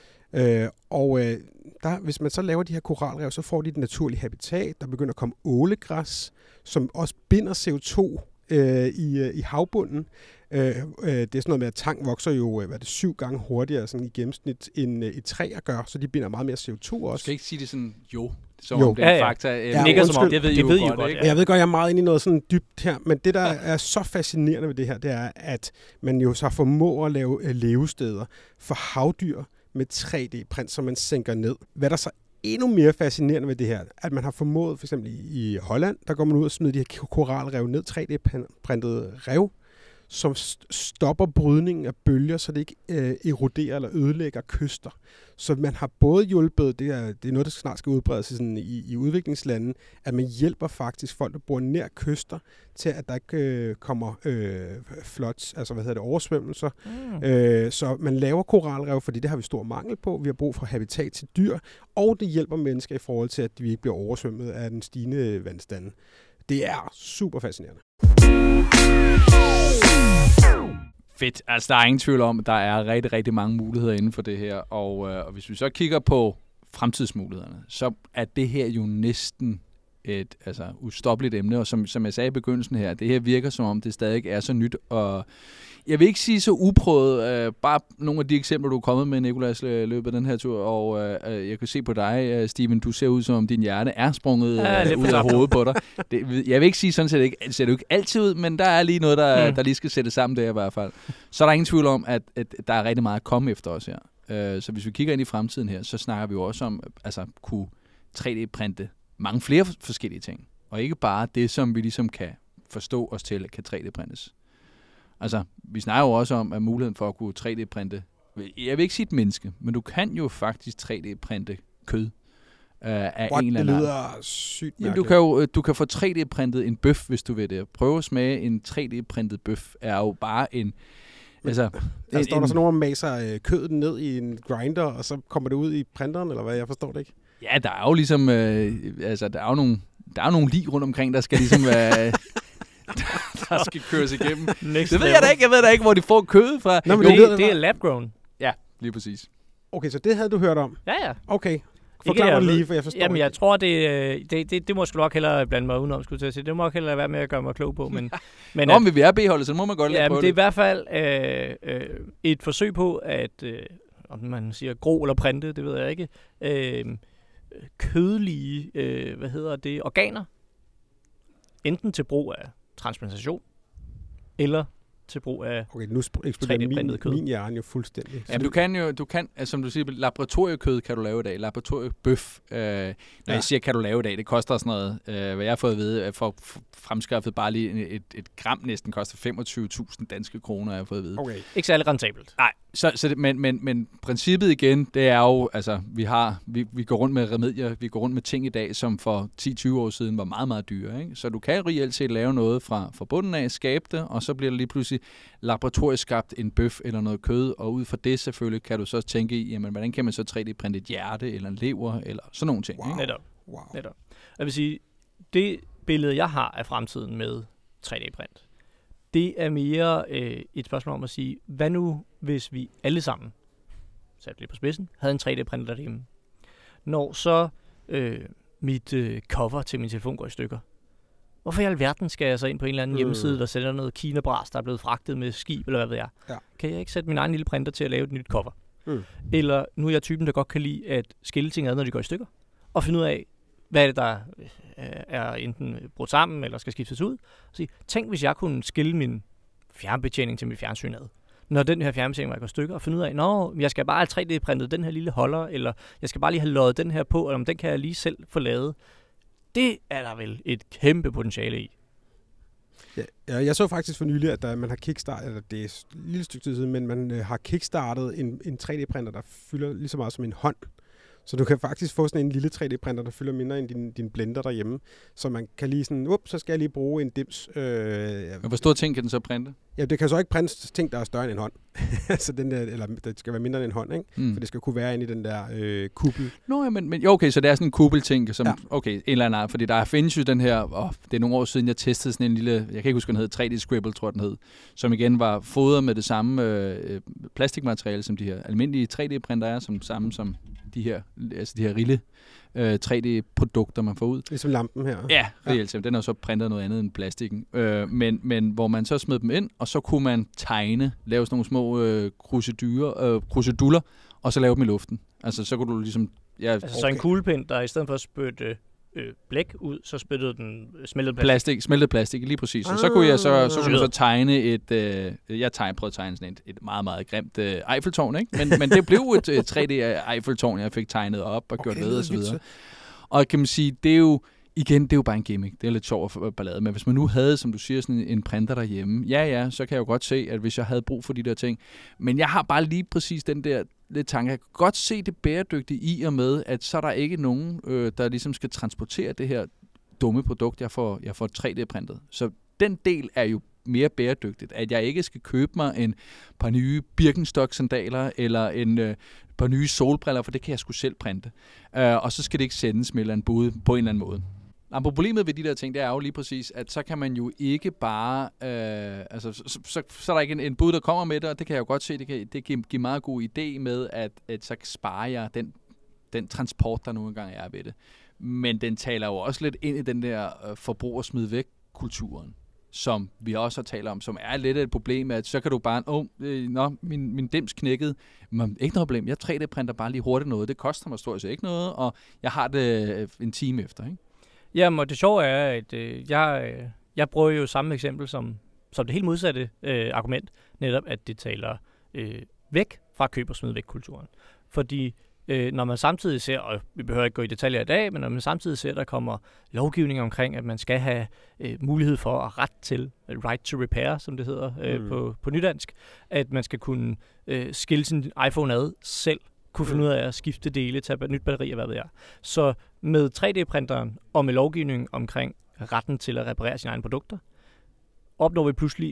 Hvis man så laver de her koralrev, så får de et naturligt habitat. Der begynder at komme ålegræs, som også binder CO2 i havbunden. Det er sådan noget med, at tang vokser jo 7 gange hurtigere sådan i gennemsnit, end et træer gør, så de binder meget mere CO2 også. Du skal ikke sige det sådan, som om det er fakta. Det ved I jo godt. Ja. Jeg ved godt, jeg er meget inde i noget sådan dybt her, men det, der er så fascinerende ved det her, det er, at man jo så formår at lave levesteder for havdyr med 3D-print, som man sænker ned. Hvad der så endnu mere fascinerende ved det her, at man har formået, for eksempel i Holland, der går man ud og smider de her koralrev ned, 3D-printede rev, som stopper brydningen af bølger, så det ikke eroderer eller ødelægger kyster. Så man har både hjulpet, det er noget, der snart skal udbredes sådan i udviklingslande, at man hjælper faktisk folk, der bor nær kyster, til at der ikke kommer floods, altså oversvømmelser. Så man laver koralrev, fordi det har vi stor mangel på. Vi har brug for habitat til dyr, og det hjælper mennesker i forhold til, at vi ikke bliver oversvømmet af den stigende vandstande. Det er super fascinerende. Fedt. Altså, der er ingen tvivl om, at der er rigtig, rigtig mange muligheder inden for det her. Og hvis vi så kigger på fremtidsmulighederne, så er det her jo næsten et ustoppeligt emne. Og som jeg sagde i begyndelsen her, det her virker som om, det stadig er så nyt. Og jeg vil ikke sige så uprøvet. Bare nogle af de eksempler, du er kommet med, Nicolas, løbet af den her tur. Og jeg kan se på dig, Steven, du ser ud som om din hjerne er sprunget ud af hovedet på dig. Jeg vil ikke sige sådan set, det ser det jo ikke altid ud, men der er lige noget, der lige skal sætte sammen der i hvert fald. Så er der ingen tvivl om, at der er rigtig meget at komme efter os her. Så hvis vi kigger ind i fremtiden her, så snakker vi jo også om kunne 3D-printe mange flere forskellige ting. Og ikke bare det, som vi ligesom kan forstå os til, kan 3D-printes. Altså, vi snakker jo også om, at muligheden for at kunne 3D-printe, jeg vil ikke sige et menneske, men du kan jo faktisk 3D-printe kød af en eller anden. Det lyder sygt mærkeligt. Jamen, du kan få 3D-printet en bøf, hvis du vil det. Prøve at smage en 3D-printet bøf er jo bare en... står der så nogen, der maser kødet ned i en grinder, og så kommer det ud i printeren, eller hvad? Jeg forstår det ikke. Ja, der er jo ligesom... der er jo nogle lig rundt omkring, der skal ligesom... der skal køres igennem. Det ved jeg da ikke. Jeg ved da ikke, hvor de får kødet fra. Nå, det er lab-grown. Ja, lige præcis. Okay, så det havde du hørt om? Ja. Okay. Forklar mig lige, for jeg forstår ikke. Jeg tror, det må sgu nok hellere blande mig udenom, skulle jeg sige. Det må nok hellere være med at gøre mig klog på. Men vi vil B-holdet, så må man godt lade prøve det. Det er i hvert fald et forsøg på, at om man siger gro eller printe, det ved jeg ikke, kødelige, organer, enten til brug af transplantation, eller til brug af Okay, nu eksploderer 3D-printet kød. min hjerne jo fuldstændig. Ja, du kan, altså, som du siger, laboratoriekød kan du lave i dag. Laboratoriebøf, når jeg siger, kan du lave i dag, det koster sådan noget, hvad jeg har fået at vide, for fremskaffet bare lige et gram næsten koster 25.000 danske kroner, jeg har fået at vide. Okay. Ikke særlig rentabelt. Nej, men princippet igen, det er jo, altså, vi går rundt med remedier, vi går rundt med ting i dag, som for 10-20 år siden var meget, meget dyre. Ikke? Så du kan reelt set lave noget fra bunden af, skabe det, og så bliver der lige pludselig laboratorisk skabt en bøf eller noget kød, og ud fra det selvfølgelig kan du så tænke i, jamen, hvordan kan man så 3D-printe et hjerte eller en lever, eller sådan nogle ting. Wow. Ikke? Netop. Jeg vil sige, det billede, jeg har af fremtiden med 3D-print, det er mere et spørgsmål om at sige, hvad nu, hvis vi alle sammen, sat lidt på spidsen, havde en 3D-printer derhjemme? Når så mit cover til min telefon går i stykker, hvorfor i alverden skal jeg så ind på en eller anden hjemmeside, der sætter noget kinabras, der er blevet fragtet med skib, eller hvad ved jeg? Ja. Kan jeg ikke sætte min egen lille printer til at lave et nyt cover? Eller nu er jeg typen, der godt kan lide at skille ting ad, når de går i stykker, og finde ud af, hvad er det, der er enten brudt sammen, eller skal skiftes ud. Så tænk, hvis jeg kunne skille min fjernbetjening til mit fjernsyn ad. Når den her fjernbetjening var i stykker, og finde ud af, jeg skal bare have 3D-printet den her lille holder, eller jeg skal bare lige have løjet den her på, eller om den kan jeg lige selv få lavet. Det er der vel et kæmpe potentiale i. Ja, jeg så faktisk for nylig, at man har kickstartet, eller det er et lille stykke tid siden, men man har kickstartet en 3D-printer, der fylder lige så meget som en hånd. Så du kan faktisk få sådan en lille 3D-printer, der fylder mindre end din blender derhjemme. Så man kan lige sådan, så skal jeg lige bruge en dims. Hvor store ting kan den så printe? Ja, det kan så ikke printe ting, der er større end en hånd. Så den der, eller det skal være mindre end en hånd, ikke? For det skal kunne være inde i den der kuppel. Nå, ja, men okay, så det er sådan en kuppelting, som, okay, en eller anden, fordi der findes jo den her, det er nogle år siden, jeg testede sådan en lille, jeg kan ikke huske, den hed, 3D Scribble, tror jeg, den hed, som igen var fodret med det samme plastikmateriale, som de her almindelige 3D-printer er, som samme som de her rille 3D-produkter, man får ud. Ligesom lampen her. Ja, reelt set. Den er så printet noget andet end plastikken. Men hvor man så smed dem ind, og så kunne man lave sådan nogle små kruseduller, og så lave dem i luften. Altså, så kunne du ligesom... Så en kuglepind, der i stedet for at spytte blæk ud, så spyttede den smeltet plastik. Smeltet plastik, lige præcis. Og så kunne jeg så tegne jeg prøvede at tegne sådan et meget, meget grimt Eiffeltårn, ikke? Men det blev et 3D Eiffeltårn, jeg fik tegnet op og gjort ved og så videre. Og kan man sige, det er jo bare en gimmick. Det er lidt sjovt at ballade. Men hvis man nu havde, som du siger, sådan en printer derhjemme, så kan jeg jo godt se, at hvis jeg havde brug for de der ting. Men jeg har bare lige præcis den der lidt tanke. Jeg kan godt se det bæredygtige i og med, at så er der ikke nogen, der ligesom skal transportere det her dumme produkt, jeg får 3D-printet. Så den del er jo mere bæredygtigt. At jeg ikke skal købe mig en par nye Birkenstock-sandaler eller en par nye solbriller, for det kan jeg sgu selv printe. Og så skal det ikke sendes med en bud på en eller anden måde. Problemet ved de der ting, det er jo lige præcis, at så kan man jo ikke bare... så er der ikke en bud, der kommer med det, og det kan jeg jo godt se, det giver meget god idé med, at så sparer jeg den transport, der nu engang er ved det. Men den taler jo også lidt ind i den der forbrug- og smid væk-kulturen, som vi også har talt om, som er lidt et problem, at så kan du bare, min dims knækkede, men ikke noget problem, jeg 3D-printer bare lige hurtigt noget, det koster mig stort set ikke noget, og jeg har det en time efter, ikke? Jamen, og det sjove er, at jeg bruger jo samme eksempel som det helt modsatte argument, netop at det taler væk fra køb- og smid væk-kulturen. Fordi når man samtidig ser, og vi behøver ikke gå i detaljer i dag, men når man samtidig ser, at der kommer lovgivning omkring, at man skal have mulighed for at ret til, right to repair, som det hedder på nydansk, at man skal kunne skille sin iPhone ad selv, kunne finde ud af at skifte dele, tage nyt batteri og hvad ved jeg. Så med 3D-printeren og med lovgivningen omkring retten til at reparere sine egne produkter, opnår vi pludselig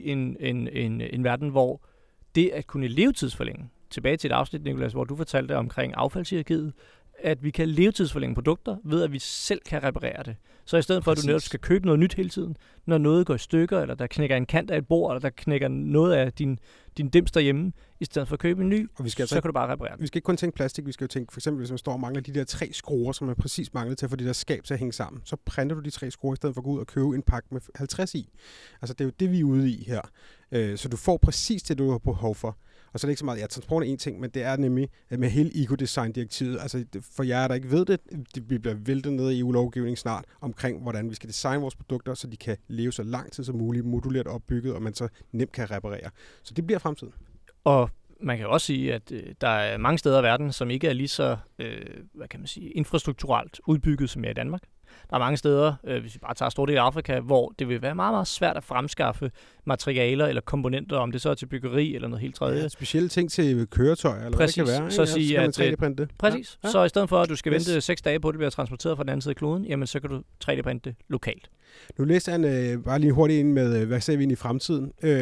en verden, hvor det at kunne levetidsforlænge, tilbage til et afsnit, Nicolas, hvor du fortalte omkring affaldshierarkiet, at vi kan levetidsforlænge produkter ved, at vi selv kan reparere det. Så i stedet for, at du netop skal købe noget nyt hele tiden, når noget går i stykker, eller der knækker en kant af et bord, eller der knækker noget af din dims derhjemme, i stedet for at købe en ny, og så kan du bare reparere den. Vi skal ikke kun tænke plastik, vi skal jo tænke, for eksempel hvis man står og mangler de der 3 skruer, som man præcis mangler til at få de der skab til at hænge sammen, så printer du de 3 skruer, i stedet for at gå ud og købe en pakke med 50 i. Altså det er jo det, vi er ude i her. Så du får præcis det, du har behov for. Og så er det ikke så meget, transport er en ting, men det er nemlig med hele ecodesign-direktivet. Altså for jer, der ikke ved det, vi bliver væltet ned i EU-lovgivning snart omkring, hvordan vi skal designe vores produkter, så de kan leve så lang tid som muligt, modulært opbygget, og man så nemt kan reparere. Så det bliver fremtiden. Og man kan jo også sige, at der er mange steder i verden, som ikke er lige så infrastrukturelt udbygget som er i Danmark. Der er mange steder, hvis vi bare tager store del af Afrika, hvor det vil være meget, meget svært at fremskaffe materialer eller komponenter, om det så er til byggeri eller noget helt tredje. Ja, specielle ting til køretøjer, eller præcis, hvad det kan være. Så sige, at 3D-printe det. Præcis. Ja. Så i stedet for, at du skal vente 6 dage på, at det bliver transporteret fra den anden side af kloden, jamen så kan du 3D-printe det lokalt. Nu læste jeg bare lige hurtigt ind med, hvad ser vi ind i fremtiden.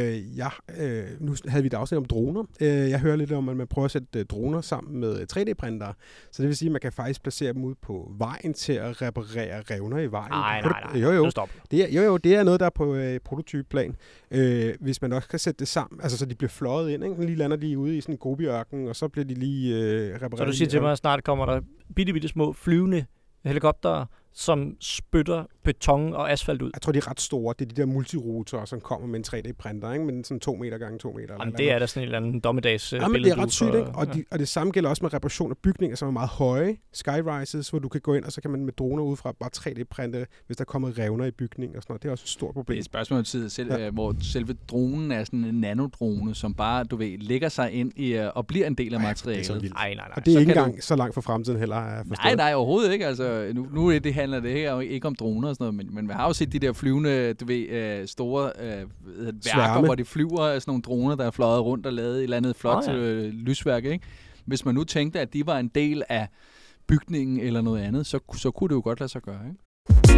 Nu havde vi et afsnit om droner. Jeg hører lidt om, at man prøver at sætte droner sammen med 3D-printere. Så det vil sige, at man kan faktisk placere dem ud på vejen til at reparere revner i vejen. Nej. Jo. Det er noget, der er på prototypeplan. Hvis man også kan sætte det sammen, altså så de bliver fløjet ind, ikke? Lige lander de ude i sådan en Gobi-ørken, og så bliver de lige repareret. Så du siger til mig, at snart kommer der bitte små flyvende helikoptere, som spytter beton og asfalt ud. Jeg tror, de er ret store. Det er de der multirotorer, som kommer med en 3D-printer, ikke? Men sådan 2 meter gange 2 meter. Jamen, det er da sådan en eller anden dommedags billede. Jamen, det er ret sygt, ikke? Og det samme gælder også med reparation af bygninger, som er meget høje. Skyrises, hvor du kan gå ind, og så kan man med droner udefra bare 3D-printe, hvis der kommer revner i bygningen og sådan noget. Det er også et stort problem. Det er et spørgsmål om tid, hvor selve dronen er sådan en nanodrone, som bare, du ved, lægger sig ind i og bliver en del af materialet. Nej. Og det er ikke engang så langt fra fremtiden heller, er forstået. Nej, overhovedet ikke. Altså, nu handler det her ikke om droner og sådan noget, men man har jo set de der flyvende, du ved, store værker, hvor de flyver sådan nogle droner, der er fløjet rundt og lavet et eller andet flot lysværk, ikke? Hvis man nu tænkte, at de var en del af bygningen eller noget andet, så kunne det jo godt lade sig gøre, ikke?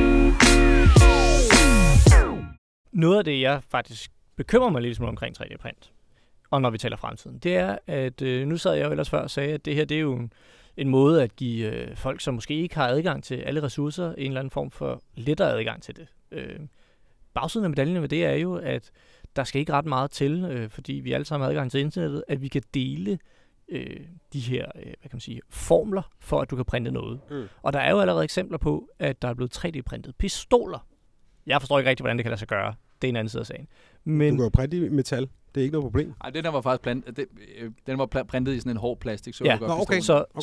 Noget af det, jeg faktisk bekymrer mig lidt smule omkring 3D-print, og når vi taler fremtiden, det er, at nu sad jeg jo ellers før og sagde, at det her, det er jo en måde at give folk, som måske ikke har adgang til alle ressourcer, en eller anden form for lettere adgang til det. Bagsiden af medaljen ved det er jo, at der skal ikke ret meget til, fordi vi alle sammen har adgang til internettet, at vi kan dele de her formler for, at du kan printe noget. Og der er jo allerede eksempler på, at der er blevet 3D-printet pistoler. Jeg forstår ikke rigtig, hvordan det kan lade sig gøre. Det er en anden side af sagen. Men du kan jo printe i metal. Det er ikke noget problem. Nej, den der var faktisk den var printet i sådan en hård plastik. Så ja, okay.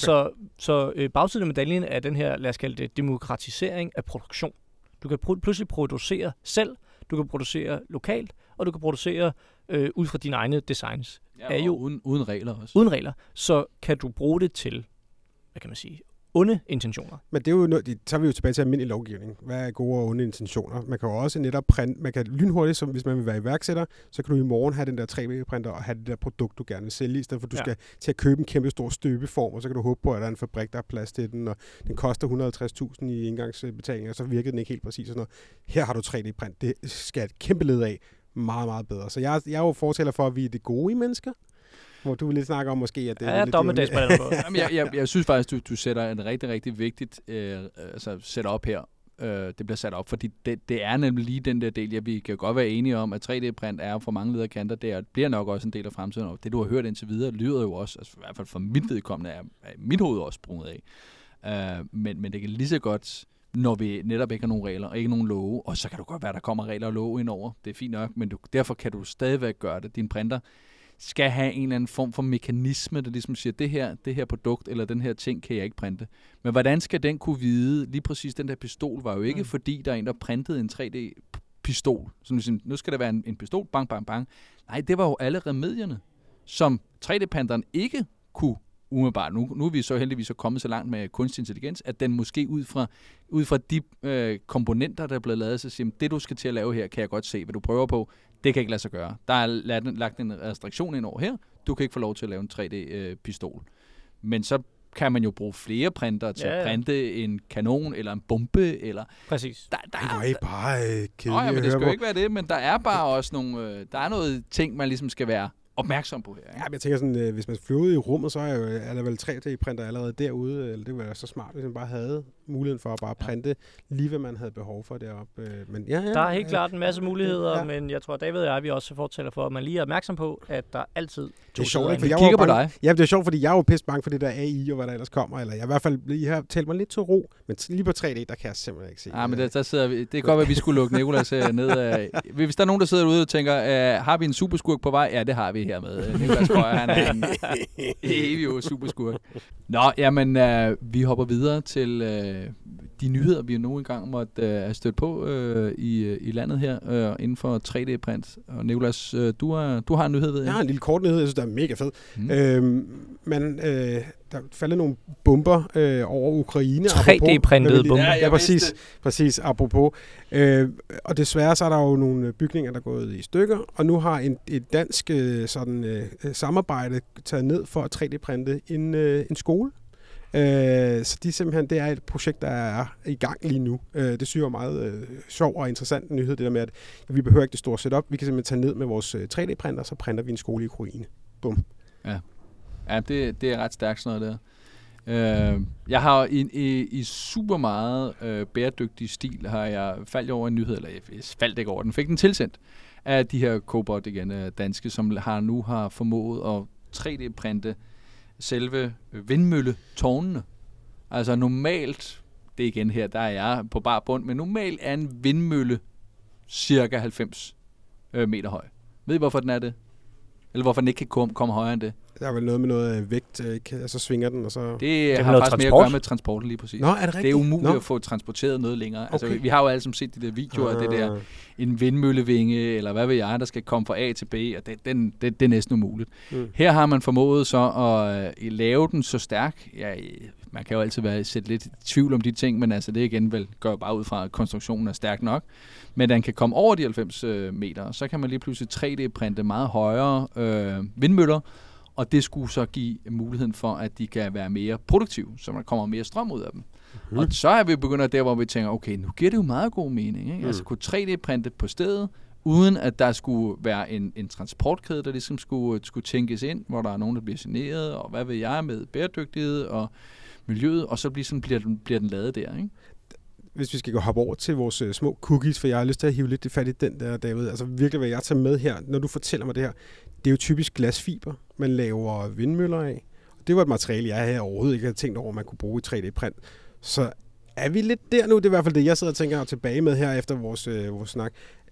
Så bagsiden af medaljen er den her, lad os kalde det, demokratisering af produktion. Du kan pludselig producere selv, du kan producere lokalt, og du kan producere ud fra dine egne designs. Ja, og uden regler også. Uden regler. Så kan du bruge det til, hvad kan man sige, onde intentioner. Men det er jo noget, så er vi jo tilbage til almindelig lovgivning. Hvad er gode og onde intentioner? Man kan jo også netop man kan lynhurtigt, som hvis man vil være iværksætter, så kan du i morgen have den der 3D-printer og have det der produkt, du gerne vil sælge, i stedet for at du skal til at købe en kæmpe stor støbeform, og så kan du håbe på, at der er en fabrik, der er plads til den, og den koster 150.000 i engangsbetaling, og så virkede den ikke helt præcis. Og sådan noget. Her har du 3D-print. Det skal et kæmpe led af. Meget, meget bedre. Så jeg er jo fortæller for, at vi er det gode i mennesker. Hvor du vil lidt snakke om måske, at det er lidt dommedags på den måde. Jamen, jeg synes faktisk, du sætter en rigtig, rigtig vigtigt setup her. Det bliver sat op, fordi det er nemlig lige den der del, vi kan godt være enige om, at 3D-print er for mange lederkanter. Det bliver nok også en del af fremtiden. Og det, du har hørt indtil videre, lyder jo også, altså i hvert fald for mit vedkommende, er mit hoved også sprunget af. Men det kan lige så godt, når vi netop ikke har nogen regler og ikke nogen love, og så kan du godt være, der kommer regler og love indover. Det er fint nok, men derfor kan du stadigvæk gøre det. Din printer skal have en eller anden form for mekanisme, der ligesom siger, det her produkt eller den her ting kan jeg ikke printe. Men hvordan skal den kunne vide, lige præcis den der pistol var jo ikke, fordi der er en, der printede en 3D-pistol. Så nu skal der være en pistol, bang, bang, bang. Nej, det var jo alle remedierne, som 3D-printeren ikke kunne umiddelbart. Nu er vi så heldigvis kommet så langt med kunstig intelligens, at den måske ud fra de komponenter, der er blevet lavet, så siger, det du skal til at lave her, kan jeg godt se, hvad du prøver på. Det kan ikke lade sig gøre. Der er lagt en restriktion ind over her. Du kan ikke få lov til at lave en 3D-pistol. Men så kan man jo bruge flere printer til at printe en kanon eller en bombe. Eller præcis. Det var ikke bare kedeligt. Men det skal jo ikke være det, men der er bare også nogle... der er noget ting, man ligesom skal være opmærksom på her. Ja, men jeg tænker sådan, hvis man flyver ud i rummet, så er der vel 3D-printer allerede derude, eller det ville være så smart, hvis man bare havde muligheden for at bare printe lige, hvad man havde behov for deroppe. Men der er helt klart en masse muligheder, men jeg tror, David og jeg, vi også fortæller for, at man lige er opmærksom på, at der altid det er sjovt, vi kigger på dig. Ja, det er sjovt, fordi jeg er jo pisse bange for det der AI og hvad der ellers kommer, eller jeg i hvert fald lige har talt mig lidt til ro, men lige på 3D, der kan jeg simpelthen ikke se. Ja, men der sidder vi. Det kan godt være, at vi skulle lukke Nicolas ned. Hvis der er nogen, der sidder ude og tænker, har vi en superskurk på vej? Ja, det har vi her med. Nicolas Krøyer, han er en evig superskurk. Nå, jamen, vi hopper videre til de nyheder, vi nu engang måtte have stødt på i landet her, inden for 3D-print. Og Nicolas, du har en nyhed, ved jeg. Jeg har en lille kort nyhed, jeg synes, der er mega fed. Der faldt nogle bomber over Ukraine. 3D-printede bomber. Ja, præcis, apropos. Og desværre så er der jo nogle bygninger, der er gået i stykker, og nu har et dansk samarbejde taget ned for at 3D-printe en skole. Så det er et projekt, der er i gang lige nu. Det synes jeg er meget sjov og interessant nyhed, det der med, at vi behøver ikke det store setup. Vi kan simpelthen tage ned med vores 3D-printer, så printer vi en skole i Ukraine. Bum. Ja, det er ret stærkt sådan noget der. Jeg har i super meget bæredygtig stil, har jeg faldt over en nyhed, eller jeg faldt ikke over den, fik den tilsendt af de her Cobot igen, danske, som nu har formået at 3D-printe selve vindmølletårnene. Altså normalt, det er igen her, der er jeg på bar bund, men normalt er en vindmølle cirka 90 meter høj. Ved I, hvorfor den er det? Eller hvorfor den ikke kan komme højere end det? Der er vel noget med noget vægt, og så svinger den, og så... Det har faktisk mere at gøre med transporten lige præcis. Nå, er det rigtigt? Det er umuligt at få transporteret noget længere. Okay. Altså, vi har jo alle sammen set de der videoer af det der, en vindmøllevinge, eller hvad ved jeg, der skal komme fra A til B, og det er næsten umuligt. Her har man formået så at lave den så stærk. Ja, man kan jo altid sætte lidt i tvivl om de ting, men altså det igen vel gør bare ud fra, at konstruktionen er stærk nok. Men den kan komme over de 90 meter, så kan man lige pludselig 3D-printe meget højere vindmøller, og det skulle så give muligheden for, at de kan være mere produktive, så man kommer mere strøm ud af dem. Og så er vi begyndt der, hvor vi tænker, okay, nu giver det jo meget god mening. Ikke? Altså kunne 3D-printe på stedet, uden at der skulle være en transportkæde, der ligesom skulle tænkes ind, hvor der er nogen, der bliver generet, og hvad ved jeg med bæredygtighed og miljøet, og så bliver den lavet der, ikke? Hvis vi skal hoppe over til vores små cookies, for jeg har lyst til at hive lidt fat i den der, David. Altså virkelig, hvad jeg tager med her, når du fortæller mig det her, det er jo typisk glasfiber, man laver vindmøller af. Det var et materiale, jeg havde overhovedet ikke havde tænkt over, man kunne bruge i 3D-print. Så er vi lidt der nu? Det er i hvert fald det, jeg sidder og tænker tilbage med her efter vores snak.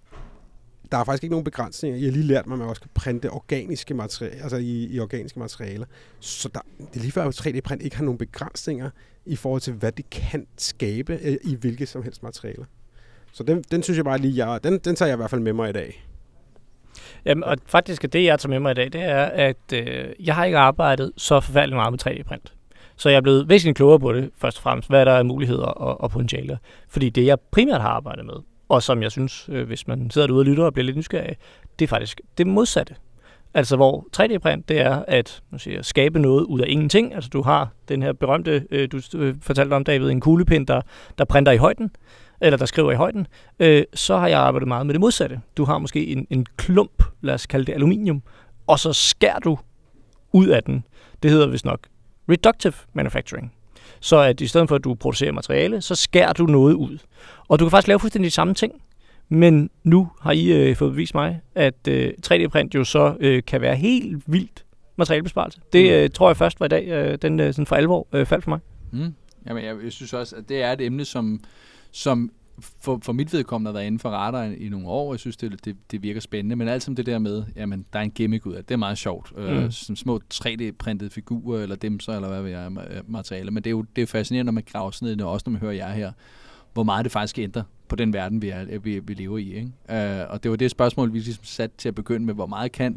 Der er faktisk ikke nogen begrænsninger. Jeg har lige lært mig, at man også kan printe organiske materialer, altså i organiske materialer. Så det er lige før, at 3D-print ikke har nogen begrænsninger i forhold til, hvad det kan skabe i hvilket som helst materialer. Så den synes jeg bare lige, den tager jeg i hvert fald med mig i dag. Jamen, og faktisk det, jeg tager med mig i dag, det er, at jeg har ikke arbejdet så forfærdeligt meget med 3D-print. Så jeg er blevet væsentligt klogere på det, først og fremmest, hvad der er muligheder og potentialer. Fordi det, jeg primært har arbejdet med, og som jeg synes, hvis man sidder derude og lytter og bliver lidt nysgerrig af, det er faktisk det modsatte. Altså hvor 3D-print, det er at skabe noget ud af ingenting. Altså du har den her berømte, du fortalte om, David, en kuglepind, der printer i højden, eller der skriver i højden. Så har jeg arbejdet meget med det modsatte. Du har måske en klump, lad os kalde det aluminium, og så skærer du ud af den. Det hedder vist nok reductive manufacturing. Så at i stedet for, at du producerer materiale, så skærer du noget ud. Og du kan faktisk lave fuldstændig de samme ting. Men nu har I fået bevist mig, at 3D-print jo så kan være helt vildt materialebesparelse. Det tror jeg først var i dag, den sådan for alvor faldt for mig. Jamen, jeg synes også, at det er et emne, som for mit vedkommende har været inden for radaren i nogle år. Jeg synes, det virker spændende. Men alt som det der med, jamen, der er en gimmick ud af det er meget sjovt. Som små 3D-printede figurer, eller dimser, eller hvad ved jeg, materiale. Men det er jo fascinerende, når man graver sådan ned, og også når man hører jer her, hvor meget det faktisk ændrer på den verden, vi lever i. Ikke? Og det var det spørgsmål, vi ligesom satte til at begynde med, hvor meget kan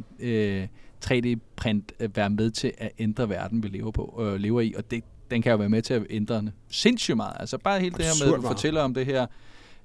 3D-print være med til at ændre verden, vi lever i. Og den kan jo være med til at ændre den sindssygt meget. Altså bare helt det her med, at du fortæller om det her,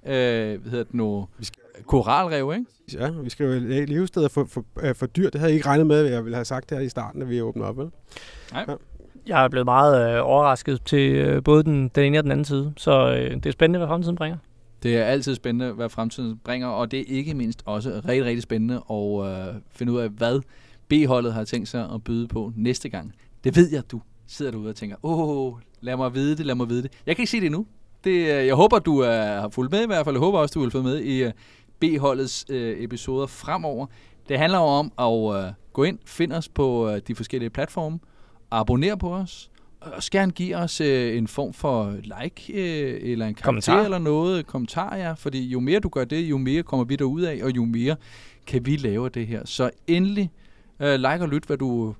koralrev, ikke? Ja, vi skal jo levesteder for dyr. Det havde jeg ikke regnet med, at jeg ville have sagt her i starten, at vi åbner op, vel? Nej. Ja. Jeg er blevet meget overrasket til både den ene og den anden side, så det er spændende, hvad fremtiden bringer. Det er altid spændende, hvad fremtiden bringer, og det er ikke mindst også rigtig, rigtig spændende at finde ud af, hvad B-holdet har tænkt sig at byde på næste gang. Det ved jeg, du sidder derude og tænker, lad mig vide det. Jeg kan ikke sige det endnu. Jeg håber, du har fulgt med i hvert fald. Jeg håber også, du vil følge med i B-holdets episoder fremover. Det handler jo om at gå ind, finde os på de forskellige platforme, abonnere på os, og også gerne give os en form for like eller en karakter eller noget. Kommentar, ja. Fordi jo mere du gør det, jo mere kommer vi derud af, og jo mere kan vi lave det her. Så endelig like og lyt, hvad du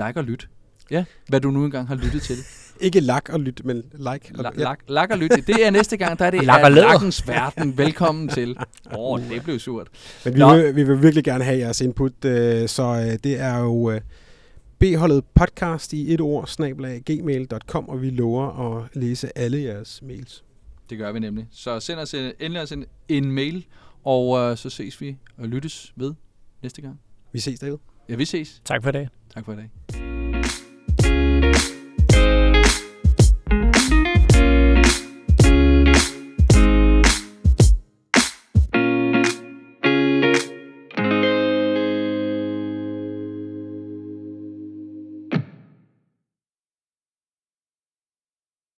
nu engang har lyttet til. Ikke lak og lyt, men like. Lak og lyt. Det er næste gang, der er det lakkens verden. Velkommen til. Det blev surt. Men vi vil virkelig gerne have jeres input, så det er jo B-holdet podcast i et ord, @gmail.com, og vi lover at læse alle jeres mails. Det gør vi nemlig. Så send os endelig en mail, og så ses vi og lyttes ved næste gang. Vi ses, David. Ja, vi ses. Tak for i dag. Tak for i dag.